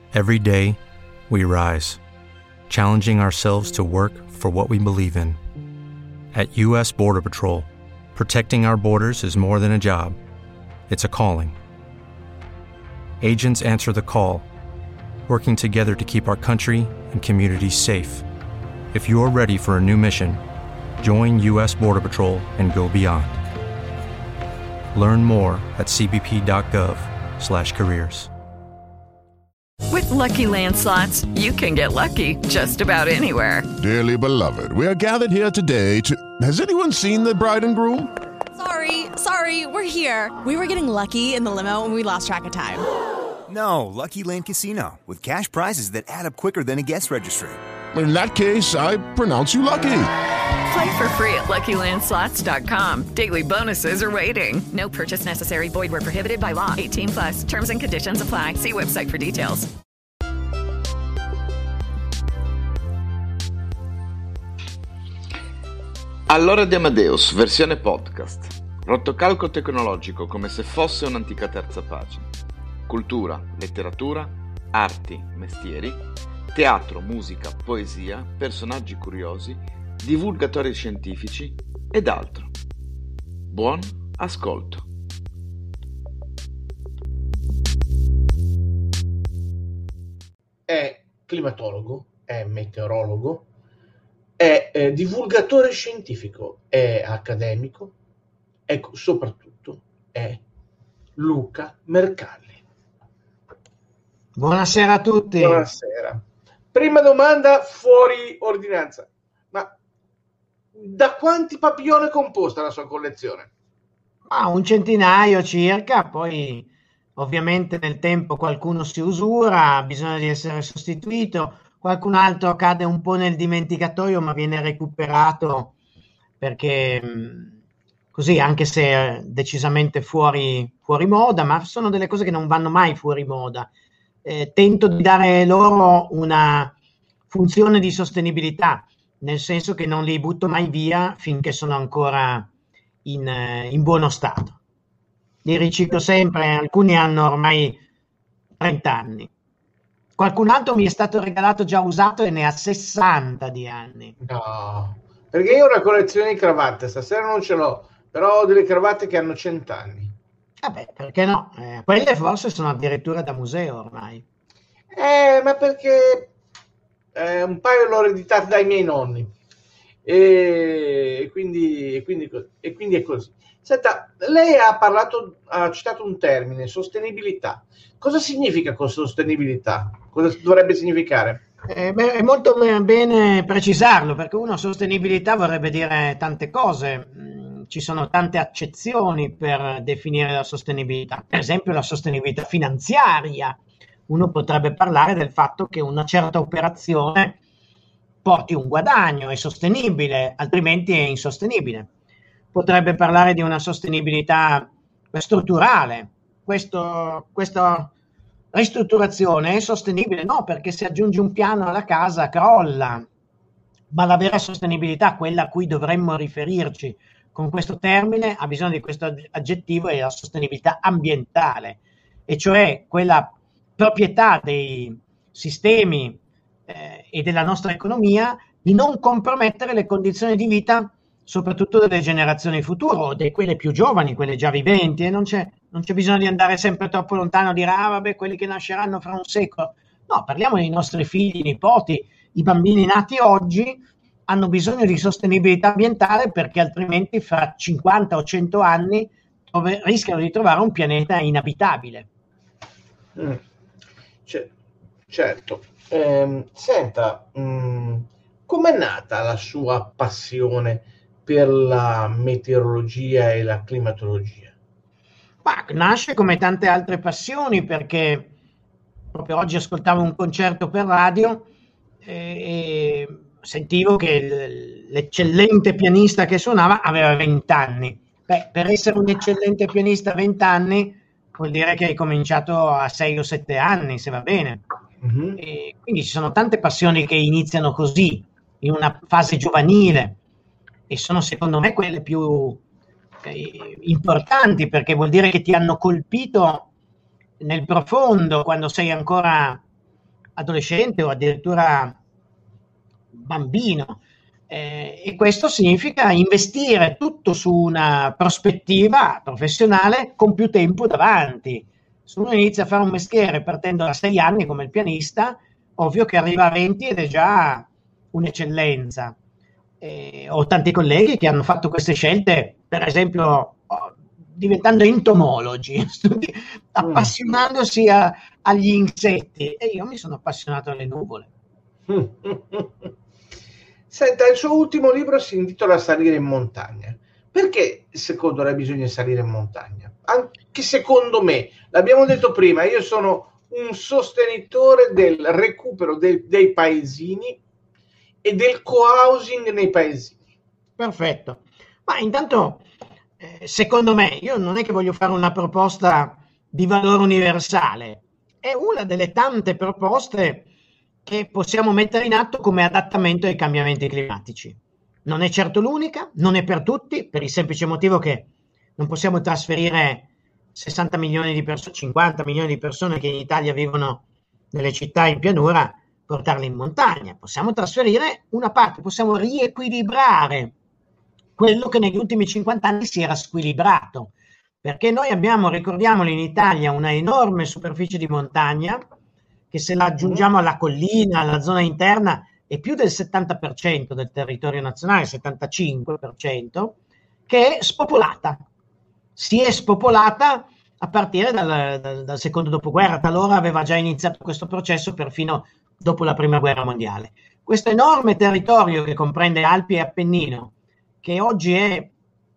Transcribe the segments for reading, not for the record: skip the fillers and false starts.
Every day, we rise, challenging ourselves to work for what we believe in. At U.S. Border Patrol, protecting our borders is more than a job. It's a calling. Agents answer the call, working together to keep our country and communities safe. If you're ready for a new mission, join U.S. Border Patrol and go beyond. Learn more at cbp.gov/careers. With Lucky Land Slots, you can get lucky just about anywhere. Dearly beloved, we are gathered here today to... Has anyone seen the bride and groom? Sorry, we're here. We were getting lucky in the limo and we lost track of time. No, Lucky Land Casino, with cash prizes that add up quicker than a guest registry. In that case, I pronounce you lucky. Play for free at LuckyLandSlots.com. Daily bonuses are waiting. No purchase necessary. Void where prohibited by law. 18+. Terms and conditions apply. See website for details. All'ora di Amadeus, versione podcast. Rotocalco tecnologico come se fosse un'antica terza pagina. Cultura, letteratura, arti, mestieri, teatro, musica, poesia, personaggi curiosi, divulgatori scientifici ed altro. Buon ascolto. È climatologo, è meteorologo, è divulgatore scientifico, è accademico, e soprattutto è Luca Mercalli. Buonasera a tutti. Buonasera. Prima domanda fuori ordinanza. Ma da quanti papillon è composta la sua collezione? Un centinaio circa, poi ovviamente nel tempo qualcuno si usura, ha bisogno di essere sostituito, qualcun altro cade un po' nel dimenticatoio ma viene recuperato perché così, anche se decisamente fuori moda, ma sono delle cose che non vanno mai fuori moda. Tento di dare loro una funzione di sostenibilità, nel senso che non li butto mai via finché sono ancora in buono stato. Li riciclo sempre, alcuni hanno ormai 30 anni. Qualcun altro mi è stato regalato già usato e ne ha 60 di anni. No, perché io ho una collezione di cravatte, stasera non ce l'ho, però ho delle cravatte che hanno 100 anni. Vabbè, perché no? Quelle forse sono addirittura da museo ormai. Ma perché un paio l'ho ereditato dai miei nonni e quindi è così. Senta, lei ha citato un termine, sostenibilità. Cosa significa sostenibilità? Cosa dovrebbe significare? È molto bene precisarlo, perché sostenibilità vorrebbe dire tante cose. Ci sono tante accezioni per definire la sostenibilità, per esempio la sostenibilità finanziaria. Uno potrebbe parlare del fatto che una certa operazione porti un guadagno, è sostenibile, altrimenti è insostenibile. Potrebbe parlare di una sostenibilità strutturale. Questa ristrutturazione è sostenibile? No, perché se aggiungi un piano alla casa crolla. Ma la vera sostenibilità, quella a cui dovremmo riferirci con questo termine, ha bisogno di questo aggettivo, è la sostenibilità ambientale, e cioè quella proprietà dei sistemi e della nostra economia di non compromettere le condizioni di vita soprattutto delle generazioni future o di quelle più giovani, quelle già viventi, e non c'è bisogno di andare sempre troppo lontano, dire vabbè, quelli che nasceranno fra un secolo. No, parliamo dei nostri figli, nipoti, i bambini nati oggi hanno bisogno di sostenibilità ambientale, perché altrimenti fra 50 o 100 anni rischiano di trovare un pianeta inabitabile. Certo. Senta, com'è nata la sua passione per la meteorologia e la climatologia? Nasce come tante altre passioni, perché proprio oggi ascoltavo un concerto per radio e sentivo che l'eccellente pianista che suonava aveva 20 anni. Per essere un eccellente pianista a 20 anni vuol dire che hai cominciato a 6 o 7 anni, se va bene. Mm-hmm. E quindi ci sono tante passioni che iniziano così, in una fase giovanile, e sono secondo me quelle più importanti, perché vuol dire che ti hanno colpito nel profondo quando sei ancora adolescente o addirittura bambino. E questo significa investire tutto su una prospettiva professionale con più tempo davanti. Se uno inizia a fare un mestiere partendo da 6 anni come il pianista, ovvio che arriva a 20 ed è già un'eccellenza. Ho tanti colleghi che hanno fatto queste scelte, per esempio diventando entomologi, appassionandosi agli insetti, e io mi sono appassionato alle nuvole. Senta, il suo ultimo libro si intitola Salire in montagna. Perché secondo lei bisogna salire in montagna? Anche secondo me, l'abbiamo detto prima, io sono un sostenitore del recupero dei paesini e del co-housing nei paesini. Perfetto. Ma intanto, secondo me, io non è che voglio fare una proposta di valore universale, è una delle tante proposte che possiamo mettere in atto come adattamento ai cambiamenti climatici. Non è certo l'unica, non è per tutti, per il semplice motivo che non possiamo trasferire 60 milioni di persone, 50 milioni di persone che in Italia vivono nelle città in pianura, portarle in montagna. Possiamo trasferire una parte, possiamo riequilibrare quello che negli ultimi 50 anni si era squilibrato, perché noi abbiamo, ricordiamolo, in Italia una enorme superficie di montagna che, se la aggiungiamo alla collina, alla zona interna, è più del 70% del territorio nazionale, 75%, che è spopolata. Si è spopolata a partire dal secondo dopoguerra, talora aveva già iniziato questo processo perfino dopo la prima guerra mondiale. Questo enorme territorio che comprende Alpi e Appennino, che oggi è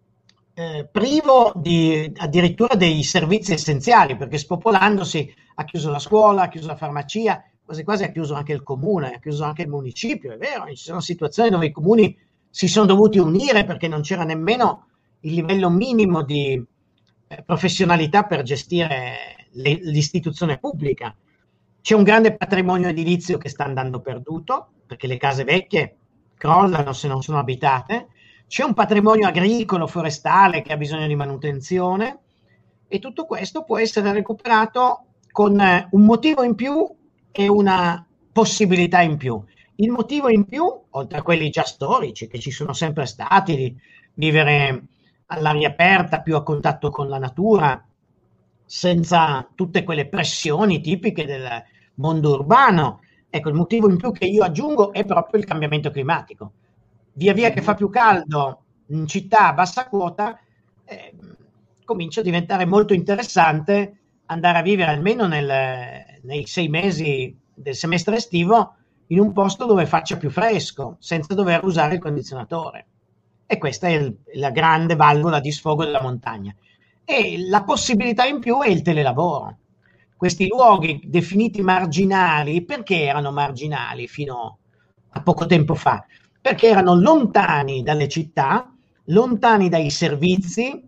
privo addirittura dei servizi essenziali, perché spopolandosi ha chiuso la scuola, ha chiuso la farmacia, quasi quasi ha chiuso anche il comune, ha chiuso anche il municipio, è vero, ci sono situazioni dove i comuni si sono dovuti unire perché non c'era nemmeno il livello minimo di professionalità per gestire l'istituzione pubblica. C'è un grande patrimonio edilizio che sta andando perduto, perché le case vecchie crollano se non sono abitate. C'è un patrimonio agricolo, forestale che ha bisogno di manutenzione, e tutto questo può essere recuperato con un motivo in più e una possibilità in più. Il motivo in più, oltre a quelli già storici che ci sono sempre stati, di vivere all'aria aperta, più a contatto con la natura, senza tutte quelle pressioni tipiche del mondo urbano. Ecco, il motivo in più che io aggiungo è proprio il cambiamento climatico. Via via che fa più caldo in città a bassa quota, comincia a diventare molto interessante andare a vivere almeno nei 6 mesi del semestre estivo in un posto dove faccia più fresco, senza dover usare il condizionatore. E questa è la grande valvola di sfogo della montagna. E la possibilità in più è il telelavoro. Questi luoghi definiti marginali, perché erano marginali fino a poco tempo fa? Perché erano lontani dalle città, lontani dai servizi,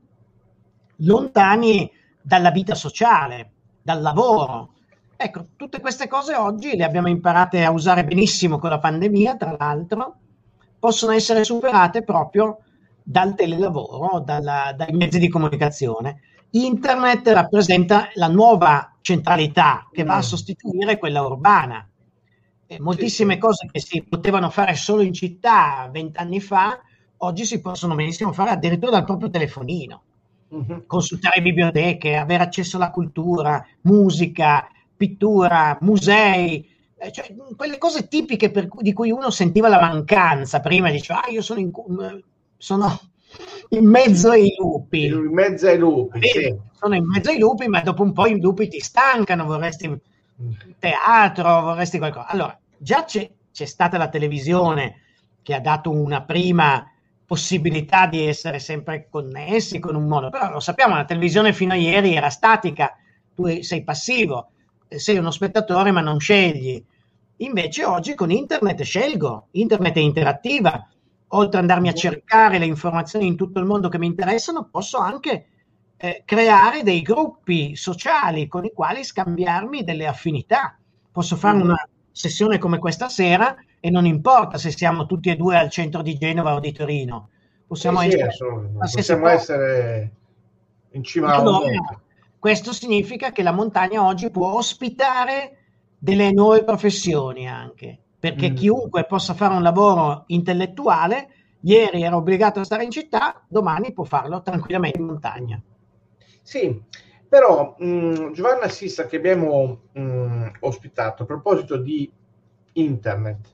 lontani dalla vita sociale, dal lavoro. Ecco, tutte queste cose oggi le abbiamo imparate a usare benissimo con la pandemia, tra l'altro, possono essere superate proprio dal telelavoro, dai mezzi di comunicazione. Internet rappresenta la nuova centralità che va a sostituire quella urbana. Moltissime cose che si potevano fare solo in città 20 anni fa, oggi si possono benissimo fare addirittura dal proprio telefonino. Consultare biblioteche, avere accesso alla cultura, musica, pittura, musei, cioè quelle cose tipiche di cui uno sentiva la mancanza prima, diceva io sono in mezzo ai lupi. In mezzo ai lupi, sì. Sono in mezzo ai lupi, ma dopo un po' i lupi ti stancano, vorresti teatro, vorresti qualcosa. Allora, già c'è stata la televisione che ha dato una prima possibilità di essere sempre connessi con un modo, però lo sappiamo, la televisione fino a ieri era statica, tu sei passivo, sei uno spettatore ma non scegli. Invece oggi con internet scelgo, internet è interattiva, oltre ad andarmi a cercare le informazioni in tutto il mondo che mi interessano, posso anche creare dei gruppi sociali con i quali scambiarmi delle affinità. Posso fare una sessione come questa sera e non importa se siamo tutti e due al centro di Genova o di Torino. Possiamo essere in cima a un monte. Questo significa che la montagna oggi può ospitare delle nuove professioni anche, perché chiunque possa fare un lavoro intellettuale, ieri era obbligato a stare in città, domani può farlo tranquillamente in montagna. Sì, però Giovanna Sissa, che abbiamo ospitato a proposito di internet,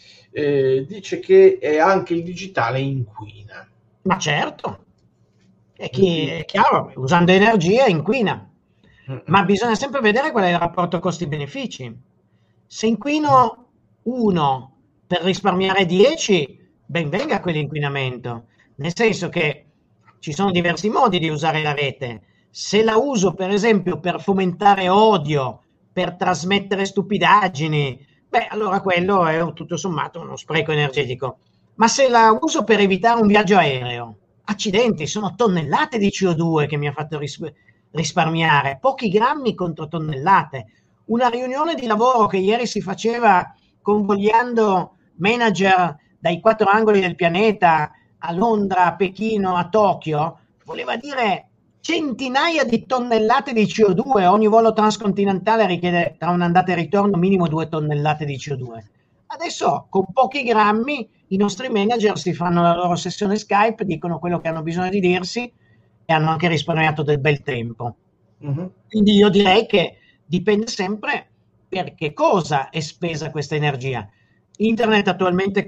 dice che anche il digitale inquina. Ma certo, è chiaro, usando energia inquina, ma bisogna sempre vedere qual è il rapporto costi-benefici. Se inquino 1 per risparmiare 10, ben venga quell'inquinamento, nel senso che ci sono diversi modi di usare la rete. Se la uso per esempio per fomentare odio, per trasmettere stupidaggini, allora quello è tutto sommato uno spreco energetico. Ma se la uso per evitare un viaggio aereo, accidenti, sono tonnellate di CO2 che mi ha fatto risparmiare, pochi grammi contro tonnellate. Una riunione di lavoro che ieri si faceva convogliando manager dai 4 angoli del pianeta, a Londra, a Pechino, a Tokyo, voleva dire centinaia di tonnellate di CO2. Ogni volo transcontinentale richiede tra un'andata e ritorno minimo 2 tonnellate di CO2. Adesso con pochi grammi i nostri manager si fanno la loro sessione Skype, dicono quello che hanno bisogno di dirsi e hanno anche risparmiato del bel tempo. Quindi io direi che dipende sempre per che cosa è spesa questa energia. Internet attualmente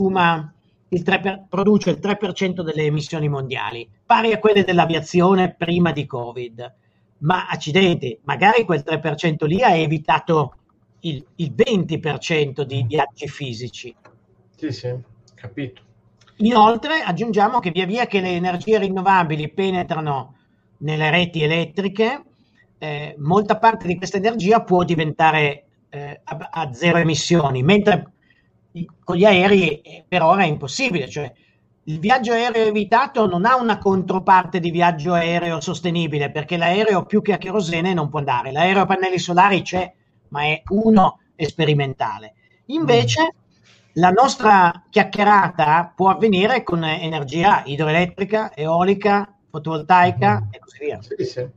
produce il 3% delle emissioni mondiali, pari a quelle dell'aviazione prima di Covid. Ma accidenti, magari quel 3% lì ha evitato il 20% di viaggi fisici. Sì, capito. Inoltre aggiungiamo che via via che le energie rinnovabili penetrano nelle reti elettriche, molta parte di questa energia può diventare a zero emissioni, mentre con gli aerei per ora è impossibile. Cioè, il viaggio aereo evitato non ha una controparte di viaggio aereo sostenibile, perché l'aereo più che a cherosene non può andare. L'aereo a pannelli solari c'è, ma è uno sperimentale. Invece la nostra chiacchierata può avvenire con energia idroelettrica, eolica, fotovoltaica e così via. Sì.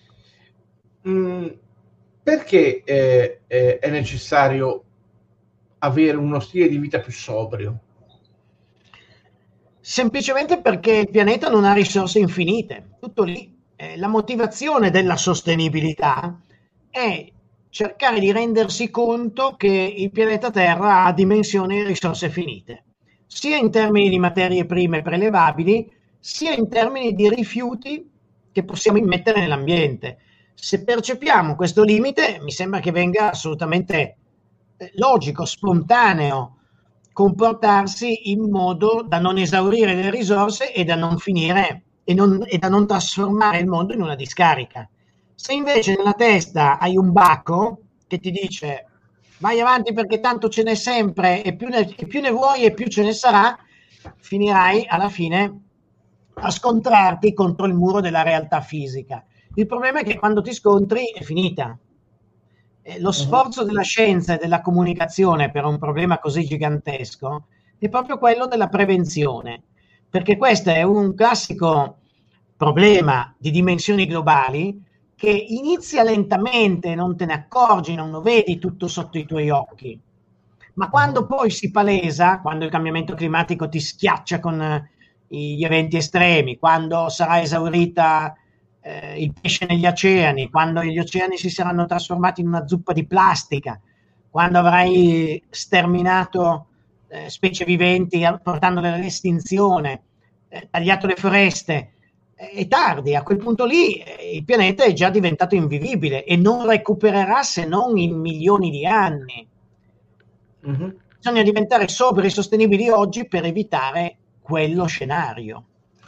Perché è necessario avere uno stile di vita più sobrio? Semplicemente perché il pianeta non ha risorse infinite, tutto lì. La motivazione della sostenibilità è cercare di rendersi conto che il pianeta Terra ha dimensioni e risorse finite, sia in termini di materie prime prelevabili, sia in termini di rifiuti che possiamo immettere nell'ambiente. Se percepiamo questo limite, mi sembra che venga assolutamente logico, spontaneo, comportarsi in modo da non esaurire le risorse e da non finire e da non trasformare il mondo in una discarica. Se invece nella testa hai un bacco che ti dice vai avanti perché tanto ce n'è sempre e più ne vuoi e più ce ne sarà, finirai alla fine a scontrarti contro il muro della realtà fisica. Il problema è che quando ti scontri è finita. Lo sforzo della scienza e della comunicazione per un problema così gigantesco è proprio quello della prevenzione, perché questo è un classico problema di dimensioni globali che inizia lentamente, non te ne accorgi, non lo vedi tutto sotto i tuoi occhi, ma quando poi si palesa, quando il cambiamento climatico ti schiaccia con gli eventi estremi, quando sarà esaurita il pesce negli oceani, quando gli oceani si saranno trasformati in una zuppa di plastica, quando avrai sterminato specie viventi portandole all'estinzione, tagliato le foreste, è tardi. A quel punto lì il pianeta è già diventato invivibile e non recupererà se non in milioni di anni. Bisogna diventare sobri e sostenibili oggi per evitare quello scenario.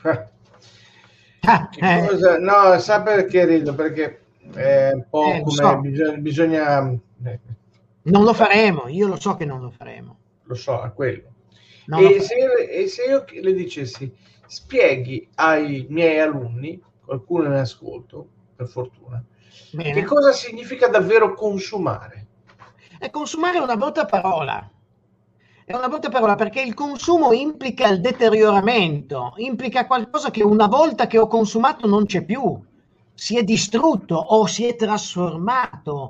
No, sa perché rido? Perché è un po' come so. bisogna... Non lo faremo, io lo so che non lo faremo. Lo so, è quello. E se io le dicessi, spieghi ai miei alunni, qualcuno ne ascolto, per fortuna, Bene. Che cosa significa davvero consumare? Consumare è una brutta parola. È una brutta parola perché il consumo implica il deterioramento, implica qualcosa che una volta che ho consumato non c'è più, si è distrutto o si è trasformato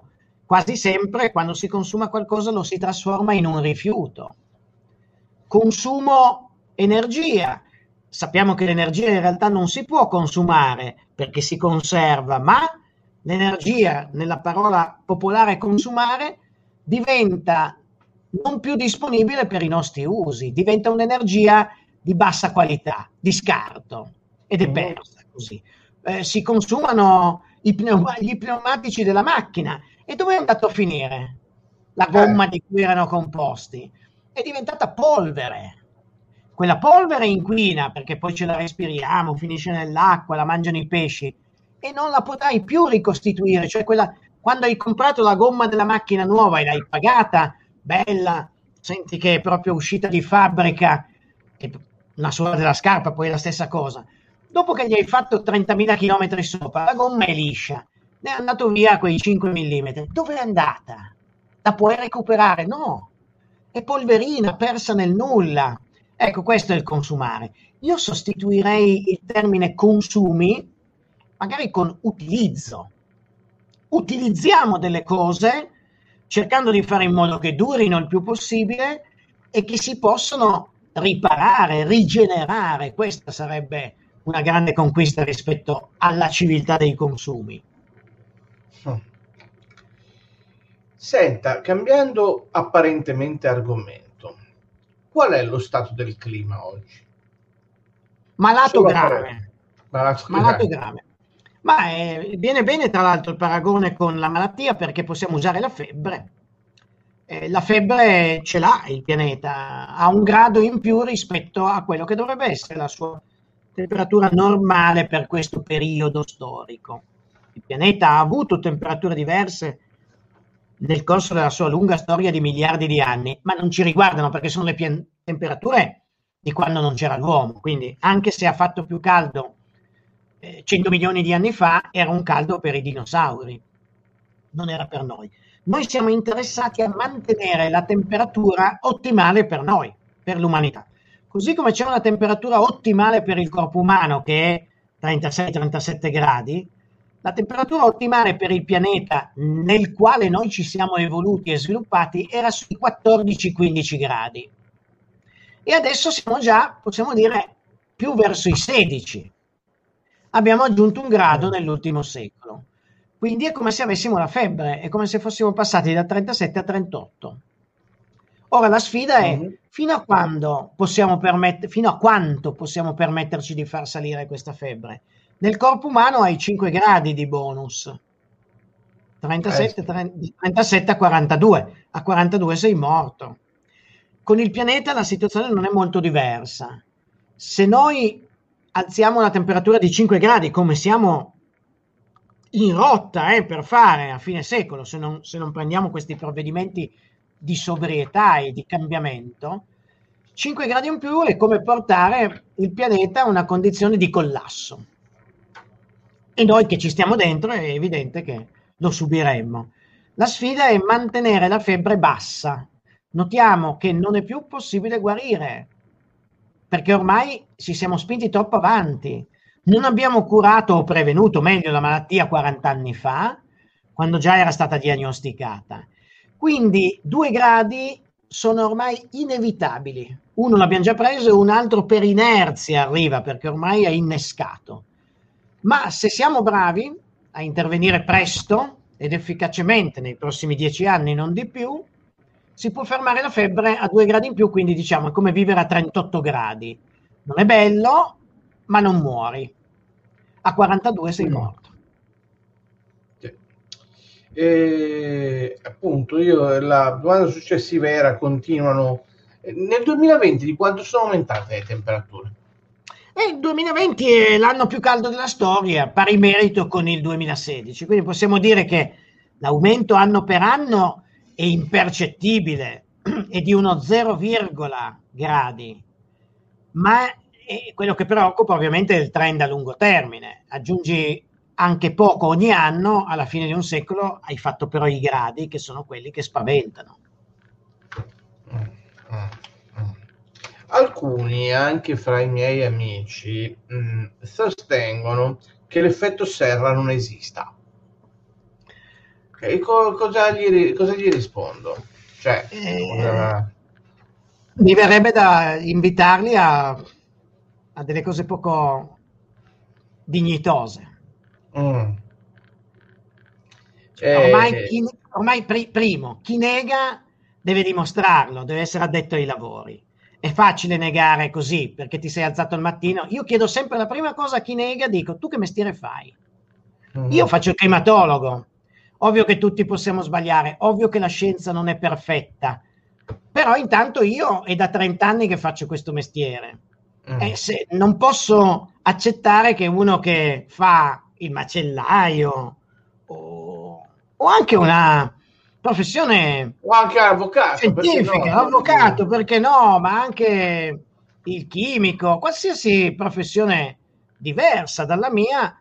quasi sempre quando si consuma qualcosa lo si trasforma in un rifiuto. Consumo energia. Sappiamo che l'energia in realtà non si può consumare perché si conserva, ma l'energia, nella parola popolare consumare, diventa non più disponibile per i nostri usi, diventa un'energia di bassa qualità, di scarto, ed è persa così. Si consumano gli pneumatici della macchina, e dove è andato a finire la gomma di cui erano composti? È diventata polvere. Quella polvere inquina perché poi ce la respiriamo, finisce nell'acqua, la mangiano i pesci e non la potrai più ricostituire. Cioè quando hai comprato la gomma della macchina nuova e l'hai pagata, bella, senti che è proprio uscita di fabbrica, una sola della scarpa, poi è la stessa cosa. Dopo che gli hai fatto 30.000 km sopra, la gomma è liscia, ne è andato via quei 5 mm. Dove è andata? La puoi recuperare? No, è polverina, persa nel nulla. Ecco, questo è il consumare. Io sostituirei il termine consumi magari con utilizzo. Utilizziamo delle cose cercando di fare in modo che durino il più possibile e che si possano riparare, rigenerare. Questa sarebbe una grande conquista rispetto alla civiltà dei consumi. Senta, cambiando apparentemente argomento, qual è lo stato del clima oggi? Malato grave. Ma viene bene tra l'altro il paragone con la malattia, perché possiamo usare la febbre. La febbre ce l'ha il pianeta, ha 1 grado in più rispetto a quello che dovrebbe essere la sua temperatura normale per questo periodo storico. Il pianeta ha avuto temperature diverse nel corso della sua lunga storia di miliardi di anni, ma non ci riguardano perché sono le temperature di quando non c'era l'uomo. Quindi anche se ha fatto più caldo 100 milioni di anni fa, era un caldo per i dinosauri, non era per noi. Noi siamo interessati a mantenere la temperatura ottimale per noi, per l'umanità. Così come c'è una temperatura ottimale per il corpo umano che è 36-37 gradi, la temperatura ottimale per il pianeta nel quale noi ci siamo evoluti e sviluppati era sui 14-15 gradi. E adesso siamo già, possiamo dire, più verso i 16. Abbiamo aggiunto 1 grado nell'ultimo secolo. Quindi è come se avessimo la febbre, è come se fossimo passati da 37 a 38. Ora la sfida è fino a quanto possiamo permetterci di far salire questa febbre. Nel corpo umano hai 5 gradi di bonus, 37 a 42, a 42 sei morto. Con il pianeta la situazione non è molto diversa. Se noi alziamo la temperatura di 5 gradi, come siamo in rotta per fare a fine secolo, se non prendiamo questi provvedimenti di sobrietà e di cambiamento, 5 gradi in più è come portare il pianeta a una condizione di collasso. E noi che ci stiamo dentro è evidente che lo subiremmo. La sfida è mantenere la febbre bassa. Notiamo che non è più possibile guarire, perché ormai ci siamo spinti troppo avanti. Non abbiamo curato o prevenuto meglio la malattia 40 anni fa, quando già era stata diagnosticata. Quindi 2 gradi sono ormai inevitabili. Uno l'abbiamo già preso e un altro per inerzia arriva, perché ormai è innescato. Ma se siamo bravi a intervenire presto ed efficacemente nei prossimi 10 anni, non di più, si può fermare la febbre a 2 gradi in più, quindi diciamo è come vivere a 38 gradi. Non è bello, ma non muori. A 42 sei morto. Appunto, la domanda successiva era, continuano. Nel 2020 di quanto sono aumentate le temperature? Il 2020 è l'anno più caldo della storia, pari merito con il 2016, quindi possiamo dire che l'aumento anno per anno è impercettibile, è di uno 0, gradi, ma quello che preoccupa ovviamente è il trend a lungo termine. Aggiungi anche poco ogni anno, alla fine di un secolo hai fatto però i gradi che sono quelli che spaventano. Alcuni, anche fra i miei amici, sostengono che l'effetto serra non esista. E cosa gli rispondo? Cioè, mi verrebbe da invitarli a delle cose poco dignitose. Primo, chi nega deve dimostrarlo, deve essere addetto ai lavori. È facile negare così perché ti sei alzato al mattino. Io chiedo sempre la prima cosa a chi nega, dico: tu che mestiere fai? Io faccio il climatologo. Ovvio che tutti possiamo sbagliare, ovvio che la scienza non è perfetta, però intanto io è da 30 anni che faccio questo mestiere. Se non posso accettare che uno che fa il macellaio o anche una professione o anche avvocato, scientifica, perché no, ma anche il chimico, qualsiasi professione diversa dalla mia,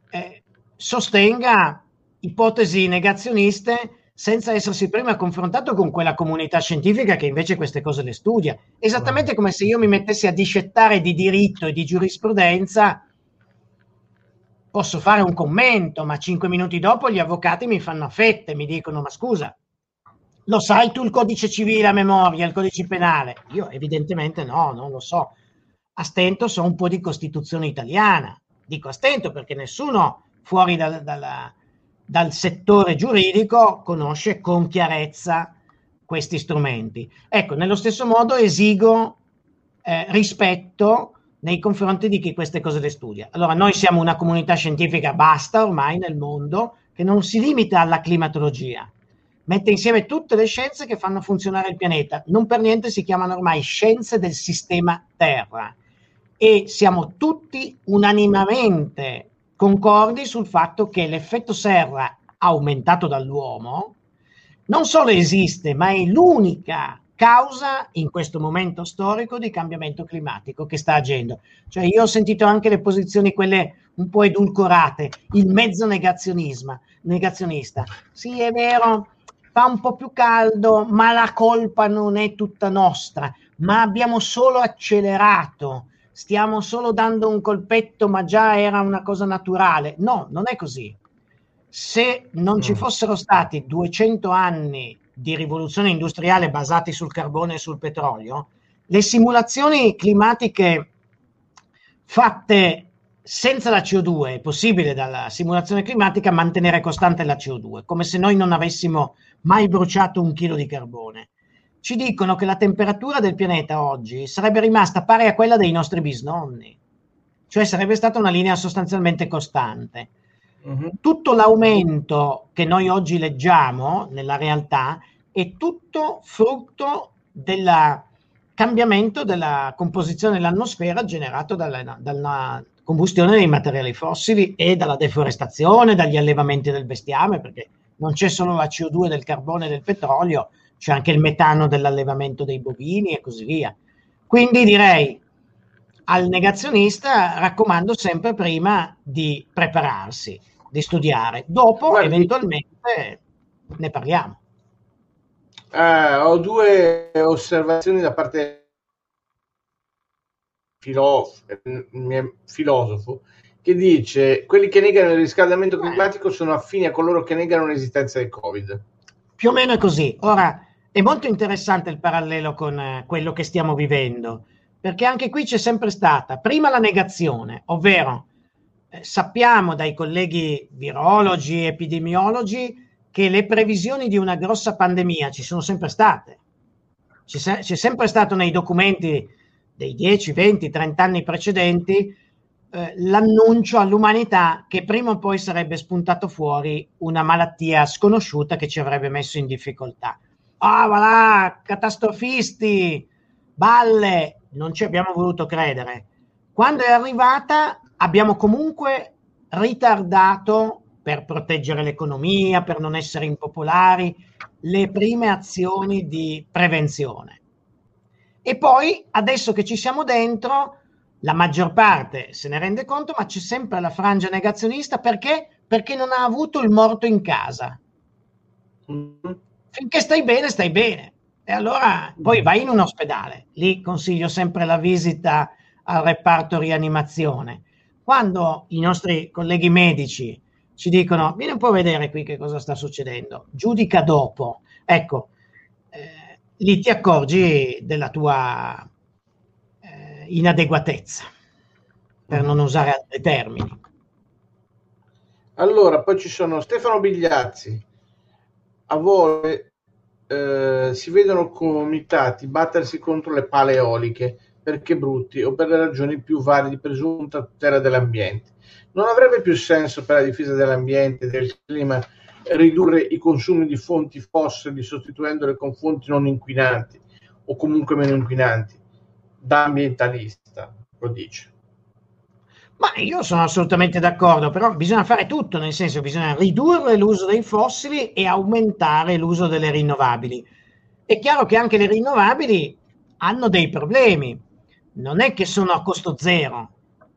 sostenga ipotesi negazioniste senza essersi prima confrontato con quella comunità scientifica che invece queste cose le studia. Esattamente come se io mi mettessi a discettare di diritto e di giurisprudenza. Posso fare un commento, ma 5 minuti dopo gli avvocati mi fanno a fette, mi dicono: ma scusa, lo sai tu il codice civile a memoria, il codice penale? Io evidentemente no, non lo so. A stento so un po' di Costituzione italiana. Dico a stento perché nessuno fuori dal settore giuridico conosce con chiarezza questi strumenti. Ecco, nello stesso modo esigo rispetto nei confronti di chi queste cose le studia. Allora, noi siamo una comunità scientifica vasta ormai nel mondo, che non si limita alla climatologia, mette insieme tutte le scienze che fanno funzionare il pianeta. Non per niente si chiamano ormai scienze del sistema Terra, e siamo tutti unanimemente concordi sul fatto che l'effetto serra aumentato dall'uomo non solo esiste, ma è l'unica causa in questo momento storico di cambiamento climatico che sta agendo. Cioè, io ho sentito anche le posizioni, quelle un po' edulcorate, il mezzo negazionista. Sì, è vero, fa un po' più caldo, ma la colpa non è tutta nostra, ma abbiamo solo accelerato, stiamo solo dando un colpetto, ma già era una cosa naturale. No, non è così. Se non ci fossero stati 200 anni di rivoluzione industriale basati sul carbone e sul petrolio, le simulazioni climatiche fatte senza la CO2, è possibile dalla simulazione climatica mantenere costante la CO2, come se noi non avessimo mai bruciato 1 chilo di carbone. Ci dicono che la temperatura del pianeta oggi sarebbe rimasta pari a quella dei nostri bisnonni, cioè sarebbe stata una linea sostanzialmente costante. Tutto l'aumento che noi oggi leggiamo nella realtà è tutto frutto del cambiamento della composizione dell'atmosfera generato dalla combustione dei materiali fossili e dalla deforestazione, dagli allevamenti del bestiame, perché non c'è solo la CO2 del carbone e del petrolio, c'è anche il metano dell'allevamento dei bovini e così via. Quindi direi al negazionista raccomando sempre prima di prepararsi, di studiare, dopo eventualmente ne parliamo. Ho 2 osservazioni da parte filosofo che dice: quelli che negano il riscaldamento climatico sono affini a coloro che negano l'esistenza del Covid. Più o meno è così. Ora, è molto interessante il parallelo con quello che stiamo vivendo, perché anche qui c'è sempre stata prima la negazione, ovvero sappiamo dai colleghi virologi, epidemiologi, che le previsioni di una grossa pandemia ci sono sempre state. C'è sempre stato nei documenti dei 10, 20, 30 anni precedenti l'annuncio all'umanità che prima o poi sarebbe spuntato fuori una malattia sconosciuta che ci avrebbe messo in difficoltà. Voilà, catastrofisti, balle, non ci abbiamo voluto credere. Quando è arrivata abbiamo comunque ritardato, per proteggere l'economia, per non essere impopolari, le prime azioni di prevenzione. E poi, adesso che ci siamo dentro, la maggior parte se ne rende conto, ma c'è sempre la frangia negazionista. Perché? Perché non ha avuto il morto in casa. Finché stai bene. E allora poi vai in un ospedale. Lì consiglio sempre la visita al reparto rianimazione. Quando i nostri colleghi medici ci dicono vieni un po' a vedere qui che cosa sta succedendo, giudica dopo. Ecco, lì ti accorgi della tua inadeguatezza, per non usare altri termini. Allora, poi ci sono Stefano Bigliazzi. A voi si vedono comitati battersi contro le pale eoliche perché brutti o per le ragioni più varie di presunta tutela dell'ambiente. Non avrebbe più senso per la difesa dell'ambiente e del clima ridurre i consumi di fonti fossili sostituendole con fonti non inquinanti o comunque meno inquinanti? Da ambientalista, lo dice. Ma io sono assolutamente d'accordo, però bisogna fare tutto, nel senso bisogna ridurre l'uso dei fossili e aumentare l'uso delle rinnovabili. È chiaro che anche le rinnovabili hanno dei problemi, non è che sono a costo zero,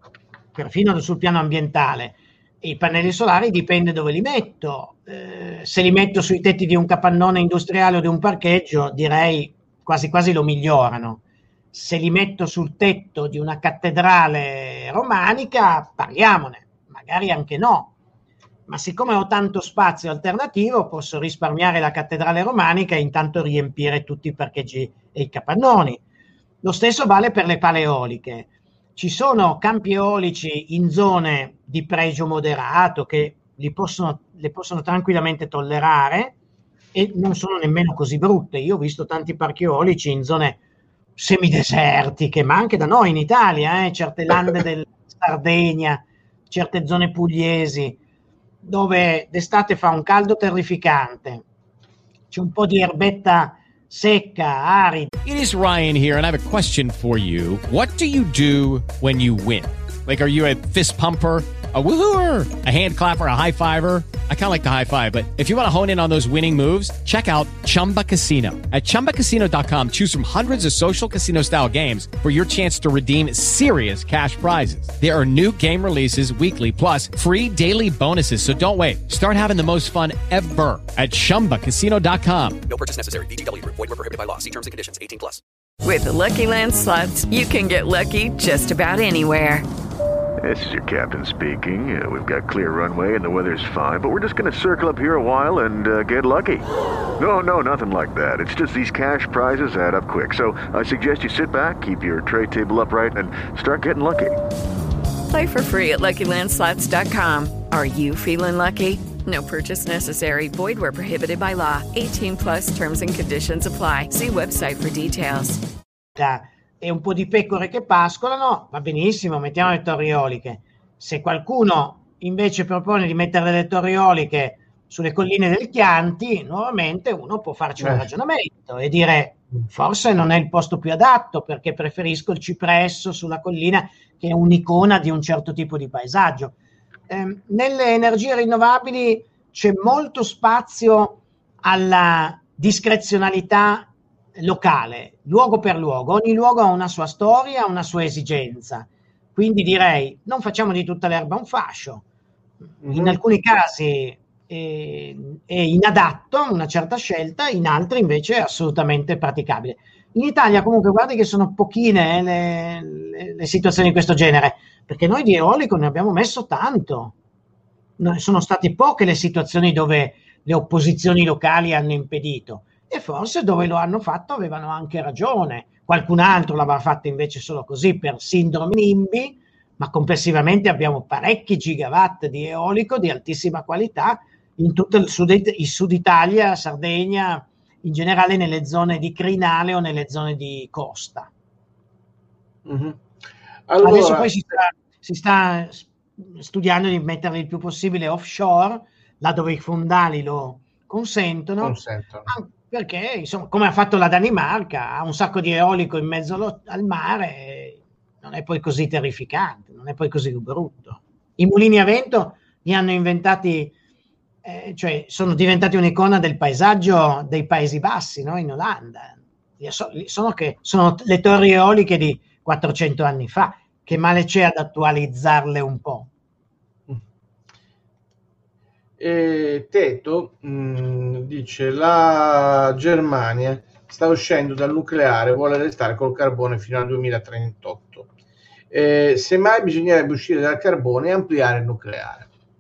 perfino sul piano ambientale. I pannelli solari dipende dove li metto, se li metto sui tetti di un capannone industriale o di un parcheggio direi quasi quasi lo migliorano. Se li metto sul tetto di una cattedrale romanica, parliamone, magari anche no. Ma siccome ho tanto spazio alternativo, posso risparmiare la cattedrale romanica e intanto riempire tutti i parcheggi e i capannoni. Lo stesso vale per le pale eoliche. Ci sono campi eolici in zone di pregio moderato che le possono tranquillamente tollerare e non sono nemmeno così brutte. Io ho visto tanti parchi eolici in zone semidesertiche, ma anche da noi in Italia, certe lande della Sardegna, certe zone pugliesi, dove d'estate fa un caldo terrificante, c'è un po' di erbetta secca, arida. It is Ryan here, and I have a question for you. What do you do when you win? Like, are you a fist pumper, a woohooer, a hand clapper, a high fiver? I kind of like the high five, but if you want to hone in on those winning moves, check out Chumba Casino. At ChumbaCasino.com, choose from hundreds of social casino-style games for your chance to redeem serious cash prizes. There are new game releases weekly, plus free daily bonuses, so don't wait. Start having the most fun ever at ChumbaCasino.com. No purchase necessary. VGW. Void where prohibited by law. See terms and conditions. 18+. With the Lucky Land Slots, you can get lucky just about anywhere. This is your captain speaking. We've got clear runway and the weather's fine, but we're just going to circle up here a while and get lucky. No, nothing like that. It's just these cash prizes add up quick. So I suggest you sit back, keep your tray table upright, and start getting lucky. Play for free at LuckyLandSlots.com. Are you feeling lucky? No purchase necessary. Void where prohibited by law. 18+ terms and conditions apply. See website for details. E un po' di pecore che pascolano, va benissimo, mettiamo le torri eoliche. Se qualcuno invece propone di mettere le torri eoliche sulle colline del Chianti, nuovamente uno può farci un ragionamento e dire forse non è il posto più adatto perché preferisco il cipresso sulla collina che è un'icona di un certo tipo di paesaggio. Nelle energie rinnovabili c'è molto spazio alla discrezionalità locale, luogo per luogo. Ogni luogo ha una sua storia, una sua esigenza. Quindi direi non facciamo di tutta l'erba un fascio. In alcuni casi è inadatto una certa scelta, in altri invece è assolutamente praticabile. In Italia comunque guardi che sono pochine le situazioni di questo genere, perché noi di eolico ne abbiamo messo tanto. Sono state poche le situazioni dove le opposizioni locali hanno impedito. E forse dove lo hanno fatto avevano anche ragione. Qualcun altro l'aveva fatto invece solo così per sindrome NIMBY, ma complessivamente abbiamo parecchi gigawatt di eolico di altissima qualità in tutto il sud Italia, Sardegna, in generale nelle zone di crinale o nelle zone di costa. Allora, adesso poi si sta studiando di metterli il più possibile offshore, là dove i fondali lo consentono. Perché, insomma, come ha fatto la Danimarca, ha un sacco di eolico in mezzo al mare, non è poi così terrificante, non è poi così brutto. I mulini a vento li hanno inventati, cioè sono diventati un'icona del paesaggio dei Paesi Bassi, no? In Olanda. Sono le torri eoliche di 400 anni fa, che male c'è ad attualizzarle un po'. Teto dice la Germania sta uscendo dal nucleare, vuole restare col carbone fino al 2038. Semmai bisognerebbe uscire dal carbone e ampliare il nucleare.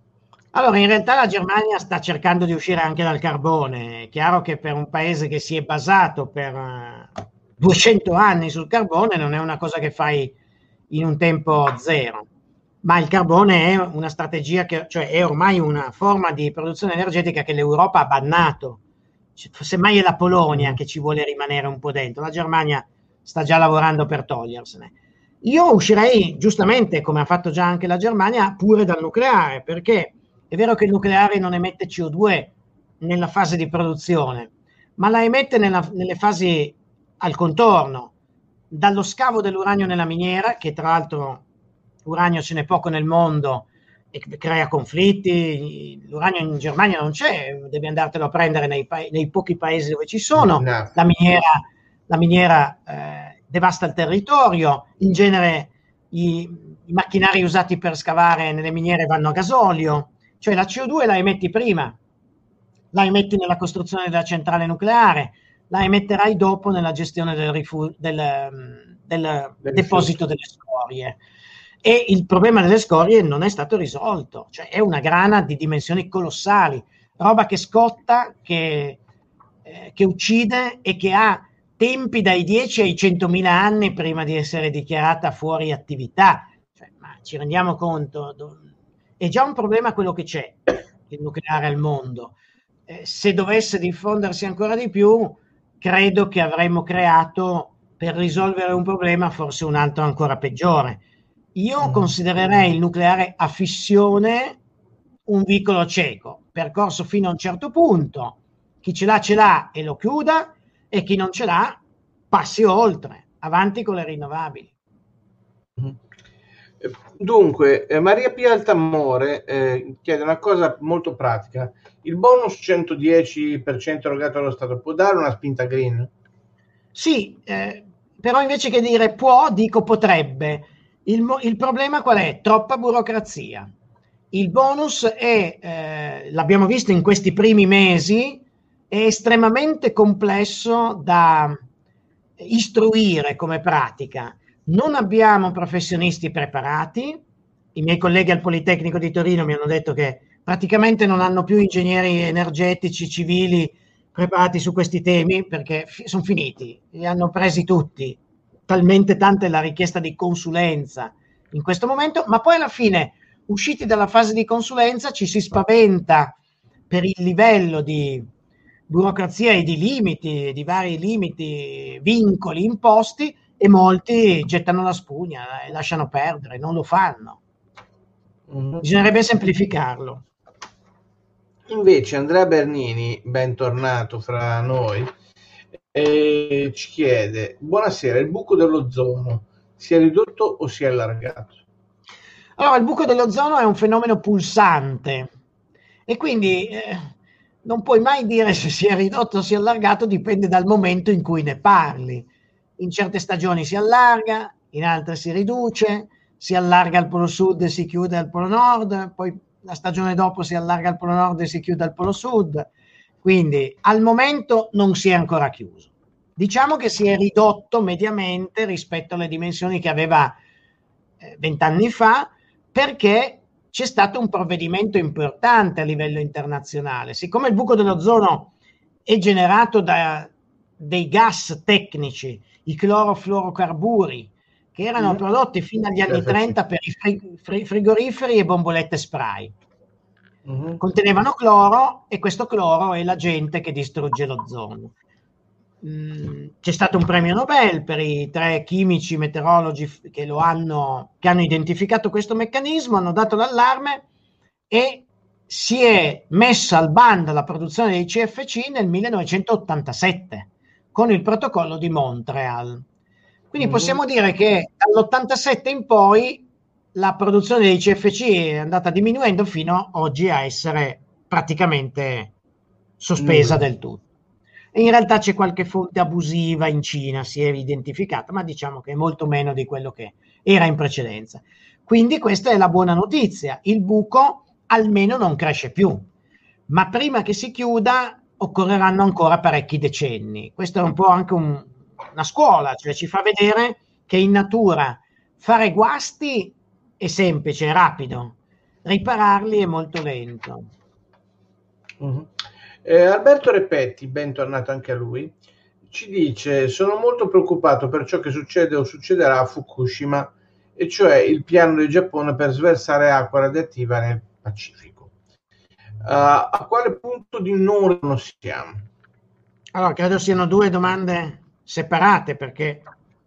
Allora, in realtà la Germania sta cercando di uscire anche dal carbone. È chiaro che per un paese che si è basato per 200 anni sul carbone non è una cosa che fai in un tempo zero, ma il carbone è una strategia cioè è ormai una forma di produzione energetica che l'Europa ha bannato. Semmai è la Polonia che ci vuole rimanere un po' dentro, la Germania sta già lavorando per togliersene. Io uscirei, giustamente, come ha fatto già anche la Germania, pure dal nucleare, perché è vero che il nucleare non emette CO2 nella fase di produzione, ma la emette nelle fasi al contorno, dallo scavo dell'uranio nella miniera, che tra l'altro uranio ce n'è poco nel mondo e crea conflitti. L'uranio in Germania non c'è, devi andartelo a prendere nei pochi paesi dove ci sono. No. La miniera devasta il territorio, in genere i macchinari usati per scavare nelle miniere vanno a gasolio, cioè la CO2 la emetti prima, la emetti nella costruzione della centrale nucleare, la emetterai dopo nella gestione del deposito delle scorie. E il problema delle scorie non è stato risolto, cioè è una grana di dimensioni colossali, roba che scotta, che uccide e che ha tempi dai 10 ai 100.000 anni prima di essere dichiarata fuori attività. Cioè, ma ci rendiamo conto? È già un problema quello che c'è, il nucleare al mondo. Se dovesse diffondersi ancora di più, credo che avremmo creato, per risolvere un problema, forse un altro ancora peggiore. Io considererei il nucleare a fissione un vicolo cieco, percorso fino a un certo punto. Chi ce l'ha e lo chiuda, e chi non ce l'ha passi oltre, avanti con le rinnovabili. Dunque, Maria Pia Altamore chiede una cosa molto pratica. Il bonus 110% erogato dallo Stato può dare una spinta green? Sì, però invece che dire può, dico potrebbe. Il problema qual è? Troppa burocrazia. Il bonus è, l'abbiamo visto in questi primi mesi, è estremamente complesso da istruire come pratica. Non abbiamo professionisti preparati. I miei colleghi al Politecnico di Torino mi hanno detto che praticamente non hanno più ingegneri energetici civili preparati su questi temi, perché sono finiti, li hanno presi tutti. Talmente tanta è la richiesta di consulenza in questo momento, ma poi alla fine, usciti dalla fase di consulenza, ci si spaventa per il livello di burocrazia e di limiti, di vari limiti, vincoli imposti, e molti gettano la spugna e lasciano perdere, non lo fanno. Bisognerebbe semplificarlo. Invece Andrea Bernini, bentornato fra noi, ci chiede: buonasera, il buco dell'ozono si è ridotto o si è allargato? Allora, il buco dell'ozono è un fenomeno pulsante e quindi non puoi mai dire se si è ridotto o si è allargato, dipende dal momento in cui ne parli. In certe stagioni si allarga, in altre si riduce, si allarga al polo sud e si chiude al polo nord, poi la stagione dopo si allarga al polo nord e si chiude al polo sud. Quindi al momento non si è ancora chiuso. Diciamo che si è ridotto mediamente rispetto alle dimensioni che aveva 20 anni fa, perché c'è stato un provvedimento importante a livello internazionale. Siccome il buco dell'ozono è generato da dei gas tecnici, i clorofluorocarburi, che erano prodotti fino agli anni 30 per i frigoriferi e bombolette spray. Contenevano cloro, e questo cloro è l'agente che distrugge l'ozono. C'è stato un premio Nobel per i 3 chimici meteorologi che hanno identificato questo meccanismo, hanno dato l'allarme e si è messa al bando la produzione dei CFC nel 1987 con il protocollo di Montreal. Quindi possiamo dire che dall'87 in poi la produzione dei CFC è andata diminuendo fino oggi a essere praticamente sospesa del tutto. E in realtà c'è qualche fonte abusiva in Cina, si è identificata, ma diciamo che è molto meno di quello che era in precedenza. Quindi questa è la buona notizia: il buco almeno non cresce più, ma prima che si chiuda occorreranno ancora parecchi decenni. Questo è un po' anche una scuola, cioè ci fa vedere che in natura fare guasti è semplice, è rapido, ripararli è molto lento. Alberto Repetti, bentornato anche a lui, ci dice: sono molto preoccupato per ciò che succede o succederà a Fukushima, e cioè il piano del Giappone per sversare acqua radioattiva nel Pacifico. A quale punto di non ritorno siamo? Allora, credo siano due domande separate, perché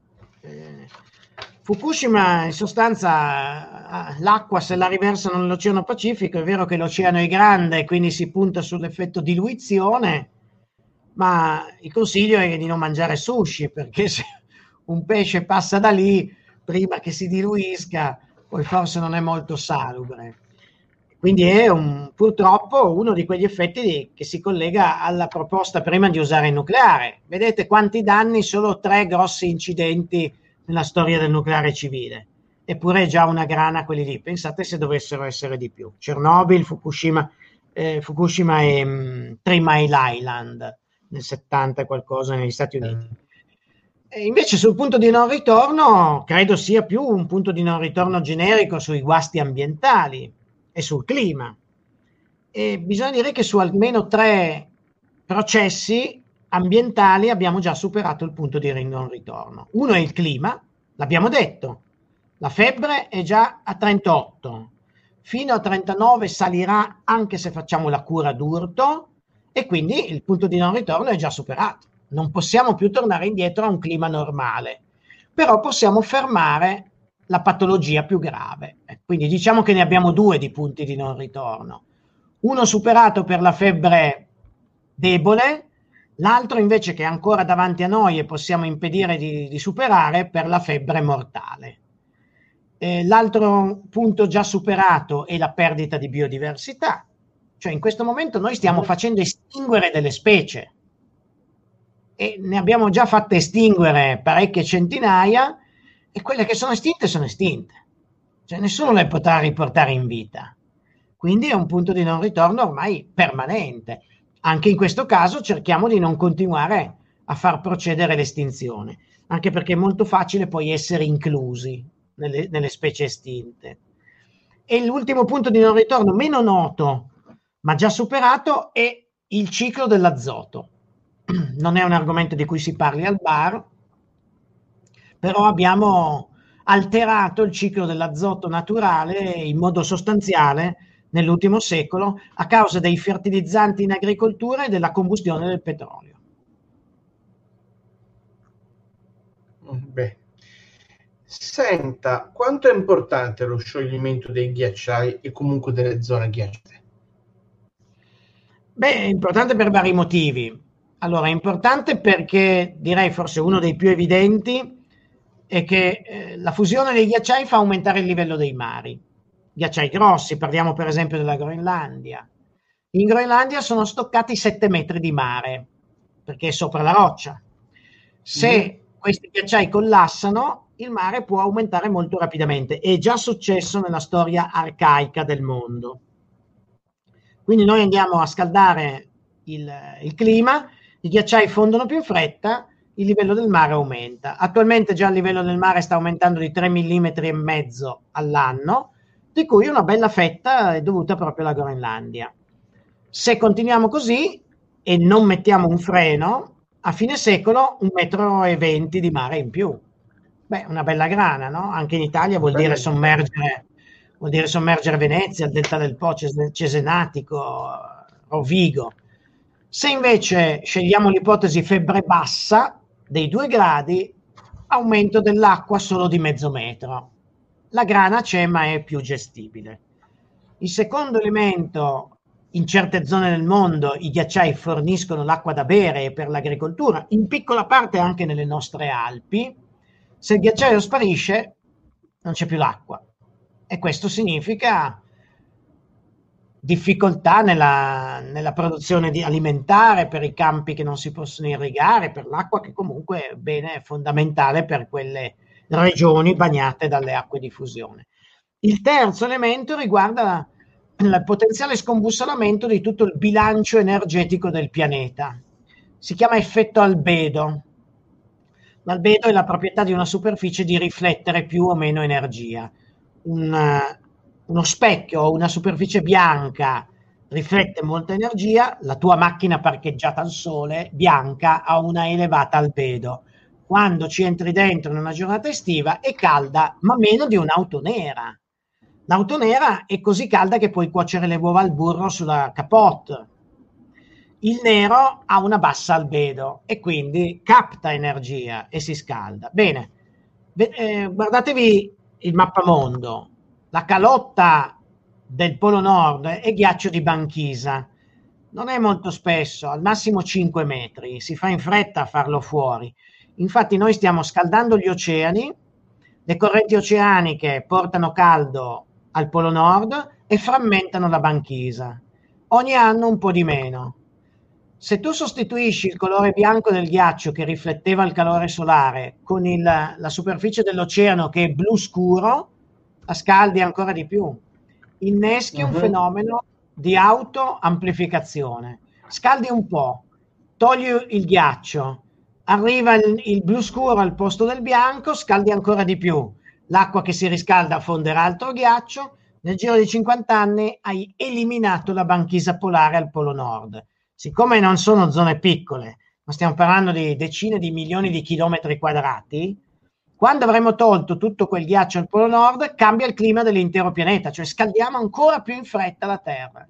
Fukushima in sostanza l'acqua, se la riversano nell'Oceano Pacifico, è vero che l'oceano è grande, quindi si punta sull'effetto diluizione, ma il consiglio è di non mangiare sushi, perché se un pesce passa da lì prima che si diluisca, poi forse non è molto salubre. Quindi è purtroppo uno di quegli effetti che si collega alla proposta prima di usare il nucleare. Vedete quanti danni, solo 3 grossi incidenti nella storia del nucleare civile, eppure è già una grana quelli lì. Pensate se dovessero essere di più: Chernobyl, Fukushima e 3 Mile Island nel 70 e qualcosa negli Stati Uniti. E invece sul punto di non ritorno credo sia più un punto di non ritorno generico sui guasti ambientali e sul clima, e bisogna dire che su almeno 3 processi ambientali abbiamo già superato il punto di non ritorno. Uno è il clima, l'abbiamo detto, la febbre è già a 38, fino a 39 salirà anche se facciamo la cura d'urto, e quindi il punto di non ritorno è già superato. Non possiamo più tornare indietro a un clima normale, però possiamo fermare la patologia più grave. Quindi diciamo che ne abbiamo 2 di punti di non ritorno. Uno superato per la febbre debole, l'altro invece che è ancora davanti a noi e possiamo impedire di superare per la febbre mortale. L'altro punto già superato è la perdita di biodiversità, cioè in questo momento noi stiamo facendo estinguere delle specie e ne abbiamo già fatte estinguere parecchie centinaia, e quelle che sono estinte, cioè nessuno le potrà riportare in vita. Quindi è un punto di non ritorno ormai permanente. Anche in questo caso cerchiamo di non continuare a far procedere l'estinzione, anche perché è molto facile poi essere inclusi nelle specie estinte. E l'ultimo punto di non ritorno, meno noto ma già superato, è il ciclo dell'azoto. Non è un argomento di cui si parli al bar, però abbiamo alterato il ciclo dell'azoto naturale in modo sostanziale nell'ultimo secolo a causa dei fertilizzanti in agricoltura e della combustione del petrolio. Beh, senta, quanto è importante lo scioglimento dei ghiacciai e comunque delle zone ghiacciate? Beh, è importante per vari motivi. Allora, è importante perché direi forse uno dei più evidenti è che la fusione dei ghiacciai fa aumentare il livello dei mari. Ghiacciai grossi, parliamo per esempio della Groenlandia. In Groenlandia sono stoccati 7 metri di mare, perché è sopra la roccia. Se questi ghiacciai collassano, il mare può aumentare molto rapidamente. È già successo nella storia arcaica del mondo. Quindi noi andiamo a scaldare il clima, i ghiacciai fondono più in fretta, il livello del mare aumenta. Attualmente già il livello del mare sta aumentando di 3,5 mm all'anno, di cui una bella fetta è dovuta proprio alla Groenlandia. Se continuiamo così e non mettiamo un freno, a fine secolo 1,20 m di mare in più. Beh, una bella grana, no? Anche in Italia vuol dire sommergere Venezia, il delta del Po, Cesenatico, Rovigo. Se invece scegliamo l'ipotesi febbre bassa, dei 2 gradi, aumento dell'acqua solo di mezzo metro. La grana c'è, ma è più gestibile. Il secondo elemento: in certe zone del mondo i ghiacciai forniscono l'acqua da bere e per l'agricoltura, in piccola parte anche nelle nostre Alpi. Se il ghiacciaio sparisce, non c'è più l'acqua. E questo significa difficoltà nella produzione alimentare per i campi che non si possono irrigare, per l'acqua che comunque è bene fondamentale per quelle regioni bagnate dalle acque di fusione. Il terzo elemento riguarda il potenziale scombussolamento di tutto il bilancio energetico del pianeta. Si chiama effetto albedo. L'albedo è la proprietà di una superficie di riflettere più o meno energia. Un uno specchio o una superficie bianca riflette molta energia, la tua macchina parcheggiata al sole, bianca, ha una elevata albedo. Quando ci entri dentro in una giornata estiva è calda, ma meno di un'auto nera. L'auto nera è così calda che puoi cuocere le uova al burro sulla capote. Il nero ha una bassa albedo e quindi capta energia e si scalda. Bene, guardatevi il mappamondo. La calotta del Polo Nord è ghiaccio di banchisa. Non è molto spesso, al massimo 5 metri. Si fa in fretta a farlo fuori. Infatti noi stiamo scaldando gli oceani, le correnti oceaniche portano caldo al Polo Nord e frammentano la banchisa. Ogni anno un po' di meno. Se tu sostituisci il colore bianco del ghiaccio che rifletteva il calore solare con la superficie dell'oceano che è blu scuro, la scaldi ancora di più. Inneschi un fenomeno di autoamplificazione. Scaldi un po', togli il ghiaccio, arriva il blu scuro al posto del bianco, scaldi ancora di più. L'acqua che si riscalda fonderà altro ghiaccio. Nel giro di 50 anni hai eliminato la banchisa polare al Polo Nord. Siccome non sono zone piccole, ma stiamo parlando di decine di milioni di chilometri quadrati, quando avremo tolto tutto quel ghiaccio al Polo Nord, cambia il clima dell'intero pianeta, cioè scaldiamo ancora più in fretta la Terra.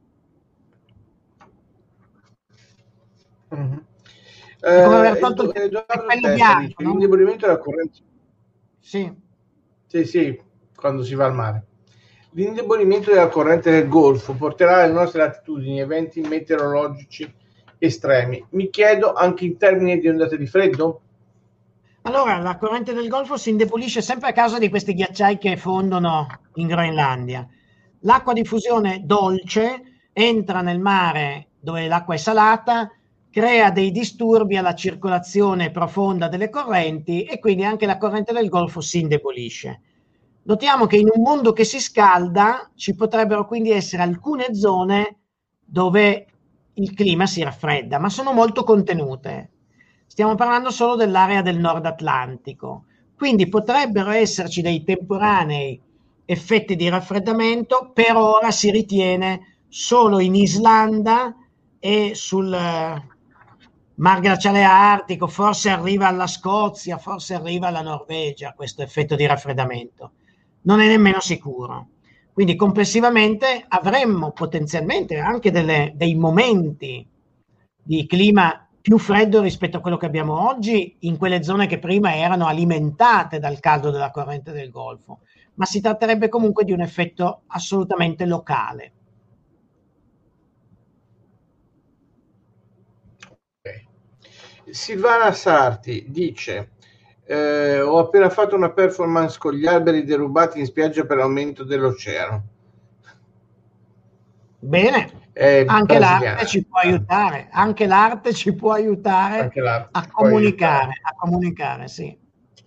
È come aver tolto il cappello bianco, no? L'indebolimento della corrente. Sì. Sì, quando si va al mare. L'indebolimento della corrente del Golfo porterà alle nostre latitudini eventi meteorologici estremi. Mi chiedo anche in termini di ondate di freddo? Allora, la corrente del Golfo si indebolisce sempre a causa di questi ghiacciai che fondono in Groenlandia. L'acqua di fusione dolce entra nel mare dove l'acqua è salata, crea dei disturbi alla circolazione profonda delle correnti e quindi anche la corrente del Golfo si indebolisce. Notiamo che in un mondo che si scalda ci potrebbero quindi essere alcune zone dove il clima si raffredda, ma sono molto contenute. Stiamo parlando solo dell'area del Nord Atlantico, quindi potrebbero esserci dei temporanei effetti di raffreddamento. Per ora si ritiene solo in Islanda e sul Mar Glaciale Artico, forse arriva alla Scozia, forse arriva alla Norvegia questo effetto di raffreddamento. Non è nemmeno sicuro. Quindi complessivamente avremmo potenzialmente anche dei momenti di clima più freddo rispetto a quello che abbiamo oggi in quelle zone che prima erano alimentate dal caldo della corrente del Golfo, ma si tratterebbe comunque di un effetto assolutamente locale. Silvana Sarti dice: ho appena fatto una performance con gli alberi derubati in spiaggia per l'aumento dell'oceano. Bene, anche l'arte ci può aiutare, anche l'arte ci può aiutare a comunicare, sì.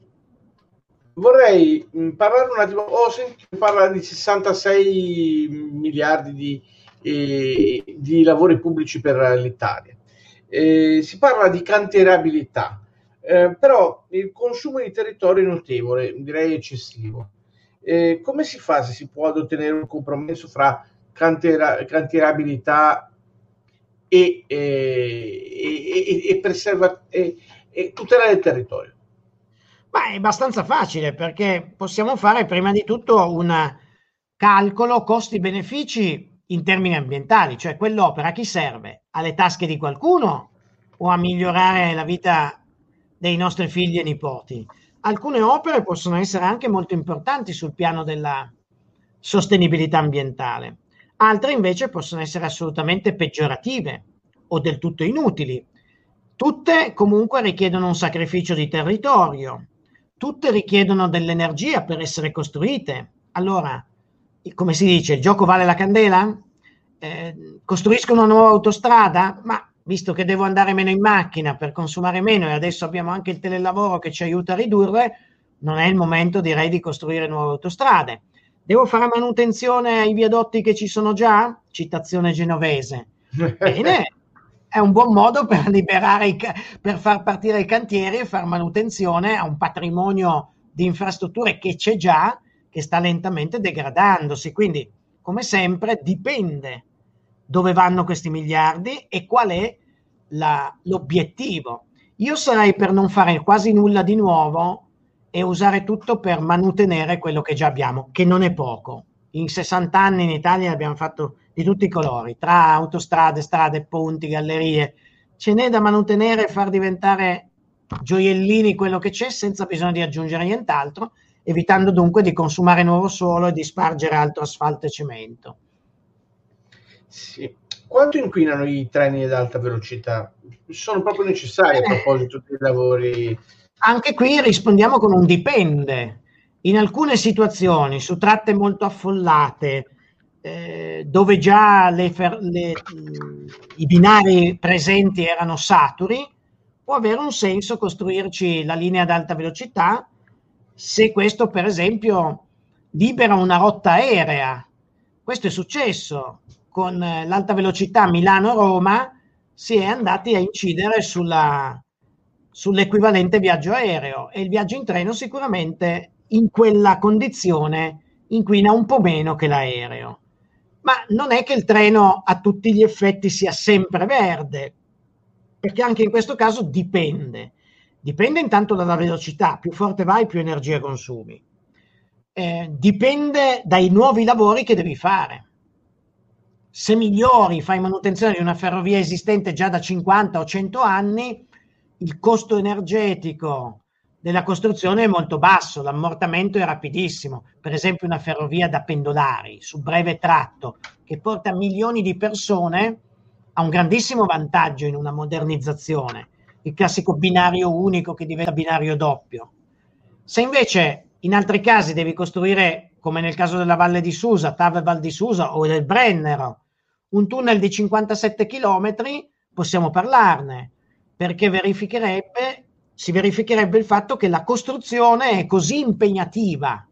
Vorrei parlare un attimo, ho sentito parlare di 66 miliardi di lavori pubblici per l'Italia. Si parla di cantierabilità, però il consumo di territorio è notevole, direi eccessivo. Come si fa, se si può, ad ottenere un compromesso fra cantierabilità e tutela del territorio? Ma è abbastanza facile, perché possiamo fare prima di tutto un calcolo costi-benefici in termini ambientali, cioè quell'opera a chi serve? Alle tasche di qualcuno o a migliorare la vita dei nostri figli e nipoti? Alcune opere possono essere anche molto importanti sul piano della sostenibilità ambientale, altre invece possono essere assolutamente peggiorative o del tutto inutili. Tutte comunque richiedono un sacrificio di territorio, tutte richiedono dell'energia per essere costruite. Allora, come si dice, il gioco vale la candela? Costruisco una nuova autostrada? Ma visto che devo andare meno in macchina per consumare meno e adesso abbiamo anche il telelavoro che ci aiuta a ridurre, non è il momento, direi, di costruire nuove autostrade. Devo fare manutenzione ai viadotti che ci sono già? Citazione genovese. Bene, è un buon modo per liberare, per far partire i cantieri e far manutenzione a un patrimonio di infrastrutture che c'è già che sta lentamente degradandosi. Quindi, come sempre, dipende dove vanno questi miliardi e qual è l'obiettivo. Io sarei per non fare quasi nulla di nuovo e usare tutto per manutenere quello che già abbiamo, che non è poco. In 60 anni in Italia abbiamo fatto di tutti i colori, tra autostrade, strade, ponti, gallerie. Ce n'è da manutenere e far diventare gioiellini quello che c'è senza bisogno di aggiungere nient'altro, evitando dunque di consumare nuovo suolo e di spargere altro asfalto e cemento. Sì. Quanto inquinano i treni ad alta velocità? Sono proprio necessari a proposito dei lavori? Anche qui rispondiamo con un dipende. In alcune situazioni, su tratte molto affollate, dove già i binari presenti erano saturi, può avere un senso costruirci la linea ad alta velocità se questo, per esempio, libera una rotta aerea. Questo è successo con l'alta velocità Milano-Roma, si è andati a incidere sull'equivalente viaggio aereo, e il viaggio in treno sicuramente in quella condizione inquina un po' meno che l'aereo. Ma non è che il treno a tutti gli effetti sia sempre verde, perché anche in questo caso dipende. Dipende intanto dalla velocità, più forte vai più energia consumi. Dipende dai nuovi lavori che devi fare. Se migliori, fai manutenzione di una ferrovia esistente già da 50 o 100 anni, il costo energetico della costruzione è molto basso, l'ammortamento è rapidissimo. Per esempio una ferrovia da pendolari su breve tratto che porta milioni di persone ha un grandissimo vantaggio in una modernizzazione, il classico binario unico che diventa binario doppio. Se invece in altri casi devi costruire, come nel caso della Valle di Susa, TAV Val di Susa o del Brennero, un tunnel di 57 chilometri, possiamo parlarne, perché si verificherebbe il fatto che la costruzione è così impegnativa,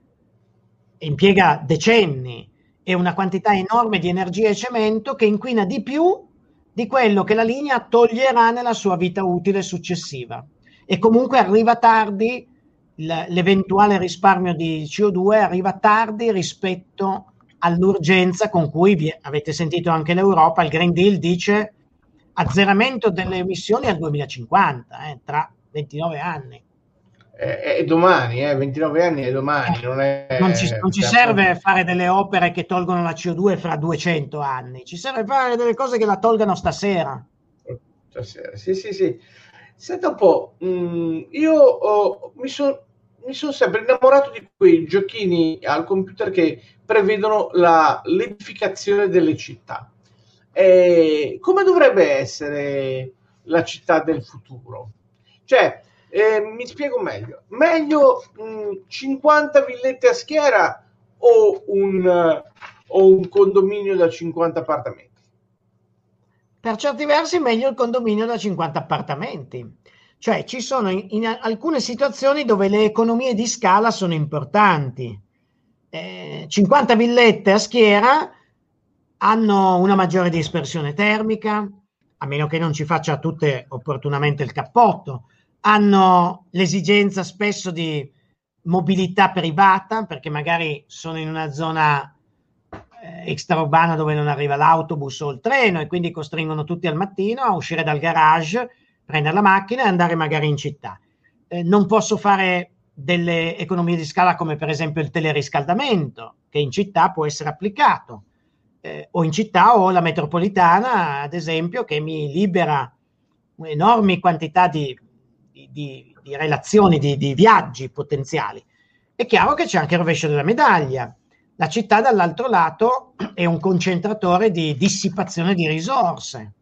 impiega decenni e una quantità enorme di energia e cemento che inquina di più di quello che la linea toglierà nella sua vita utile successiva. E comunque arriva tardi, l'eventuale risparmio di CO2 arriva tardi rispetto all'urgenza con cui avete sentito anche l'Europa, il Green Deal dice azzeramento delle emissioni al 2050, tra 29 anni. È domani, 29 anni è domani. Non ci serve fare delle opere che tolgono la CO2 fra 200 anni, ci serve fare delle cose che la tolgano stasera. Sì. Senta un po', io mi sono sempre innamorato di quei giochini al computer che prevedono l'edificazione delle città. Come dovrebbe essere la città del futuro? Cioè, mi spiego meglio. 50 villette a schiera o un condominio da 50 appartamenti? Per certi versi meglio il condominio da 50 appartamenti. Cioè ci sono in alcune situazioni dove le economie di scala sono importanti. 50 villette a schiera hanno una maggiore dispersione termica, a meno che non ci faccia tutte opportunamente il cappotto, hanno l'esigenza spesso di mobilità privata, perché magari sono in una zona extraurbana dove non arriva l'autobus o il treno e quindi costringono tutti al mattino a uscire dal garage, prendere la macchina e andare magari in città. Non posso fare delle economie di scala come per esempio il teleriscaldamento, che in città può essere applicato, o in città o la metropolitana, ad esempio, che mi libera enormi quantità di relazioni, di viaggi potenziali. È chiaro che c'è anche il rovescio della medaglia. La città, dall'altro lato, è un concentratore di dissipazione di risorse.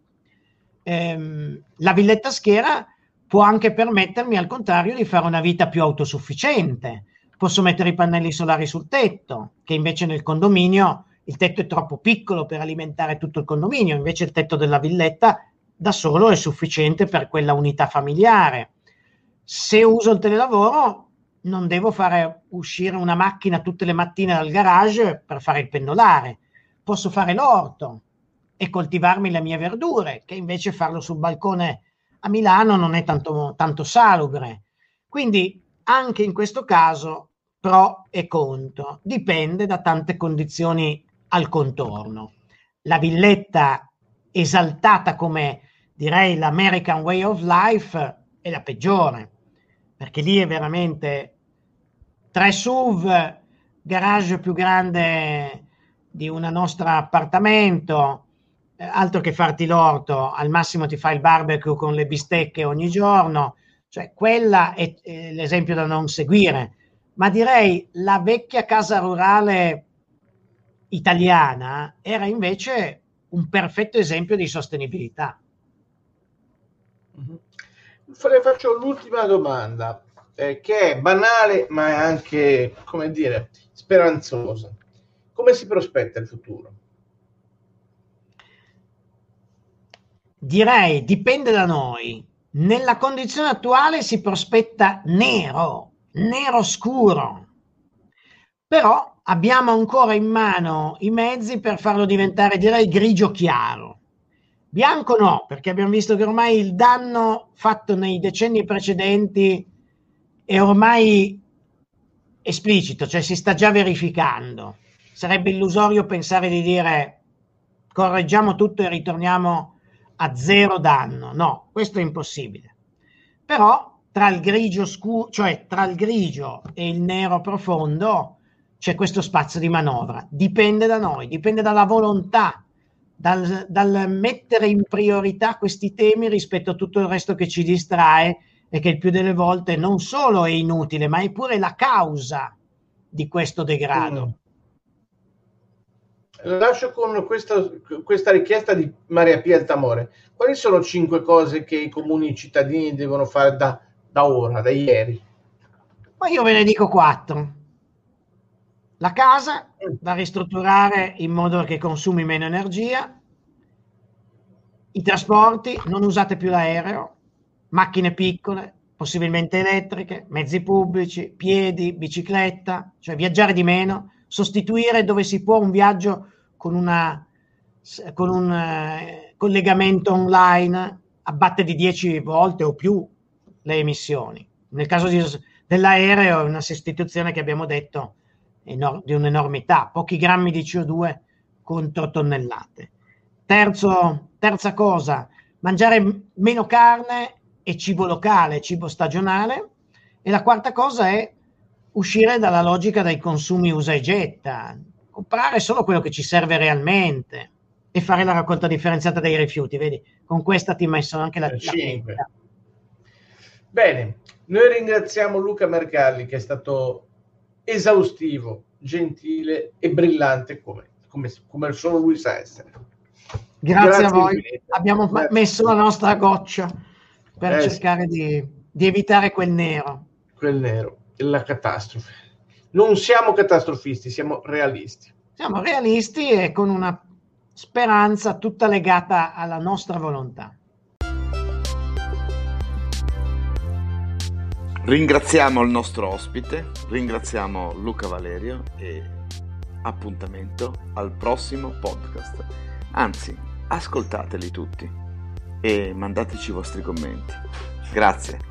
La villetta a schiera può anche permettermi, al contrario, di fare una vita più autosufficiente. Posso mettere i pannelli solari sul tetto, che invece nel condominio il tetto è troppo piccolo per alimentare tutto il condominio, invece il tetto della villetta da solo è sufficiente per quella unità familiare. Se uso il telelavoro, non devo fare uscire una macchina tutte le mattine dal garage per fare il pendolare. Posso fare l'orto e coltivarmi le mie verdure, che invece farlo sul balcone a Milano non è tanto salubre. Quindi anche in questo caso pro e contro, dipende da tante condizioni al contorno. La villetta esaltata come, direi, l'American Way of Life è la peggiore, perché lì è veramente 3 SUV, garage più grande di un nostro appartamento, altro che farti l'orto, al massimo ti fai il barbecue con le bistecche ogni giorno, cioè quella è l'esempio da non seguire. Ma direi la vecchia casa rurale italiana era invece un perfetto esempio di sostenibilità. Le faccio l'ultima domanda, che è banale ma è anche, come dire, speranzosa. Come si prospetta il futuro? Direi dipende da noi. Nella condizione attuale si prospetta nero scuro, però abbiamo ancora in mano i mezzi per farlo diventare, direi, grigio chiaro. Bianco no, perché abbiamo visto che ormai il danno fatto nei decenni precedenti è ormai esplicito, cioè si sta già verificando. Sarebbe illusorio pensare di dire correggiamo tutto e ritorniamo a zero danno. No, questo è impossibile. Però tra il grigio scuro, cioè tra il grigio e il nero profondo, c'è questo spazio di manovra. Dipende da noi, dipende dalla volontà, dal mettere in priorità questi temi rispetto a tutto il resto che ci distrae e che il più delle volte non solo è inutile, ma è pure la causa di questo degrado. Lascio con questa richiesta di Maria Pia Altamore. Quali sono 5 cose che i comuni cittadini devono fare da ora, da ieri? Ma io ve ne dico 4. La casa da ristrutturare in modo che consumi meno energia, i trasporti, non usate più l'aereo, macchine piccole, possibilmente elettriche, mezzi pubblici, piedi, bicicletta, cioè viaggiare di meno, sostituire dove si può un viaggio con un collegamento online, abbatte di 10 volte o più le emissioni. Nel caso dell'aereo è una sostituzione che abbiamo detto di un'enormità, pochi grammi di CO2 contro tonnellate. Terza cosa, mangiare meno carne e cibo locale, cibo stagionale. E la quarta cosa è uscire dalla logica dei consumi usa e getta, comprare solo quello che ci serve realmente e fare la raccolta differenziata dei rifiuti. Vedi, con questa ti ho messo anche la 5. Bene, noi ringraziamo Luca Mercalli, che è stato esaustivo, gentile e brillante come solo lui sa essere. Grazie a voi. Abbiamo messo la nostra goccia per cercare di evitare quel nero. Quel nero, la catastrofe. Non siamo catastrofisti, siamo realisti. Siamo realisti e con una speranza tutta legata alla nostra volontà. Ringraziamo il nostro ospite, ringraziamo Luca Valerio e appuntamento al prossimo podcast. Anzi, ascoltateli tutti e mandateci i vostri commenti. Grazie.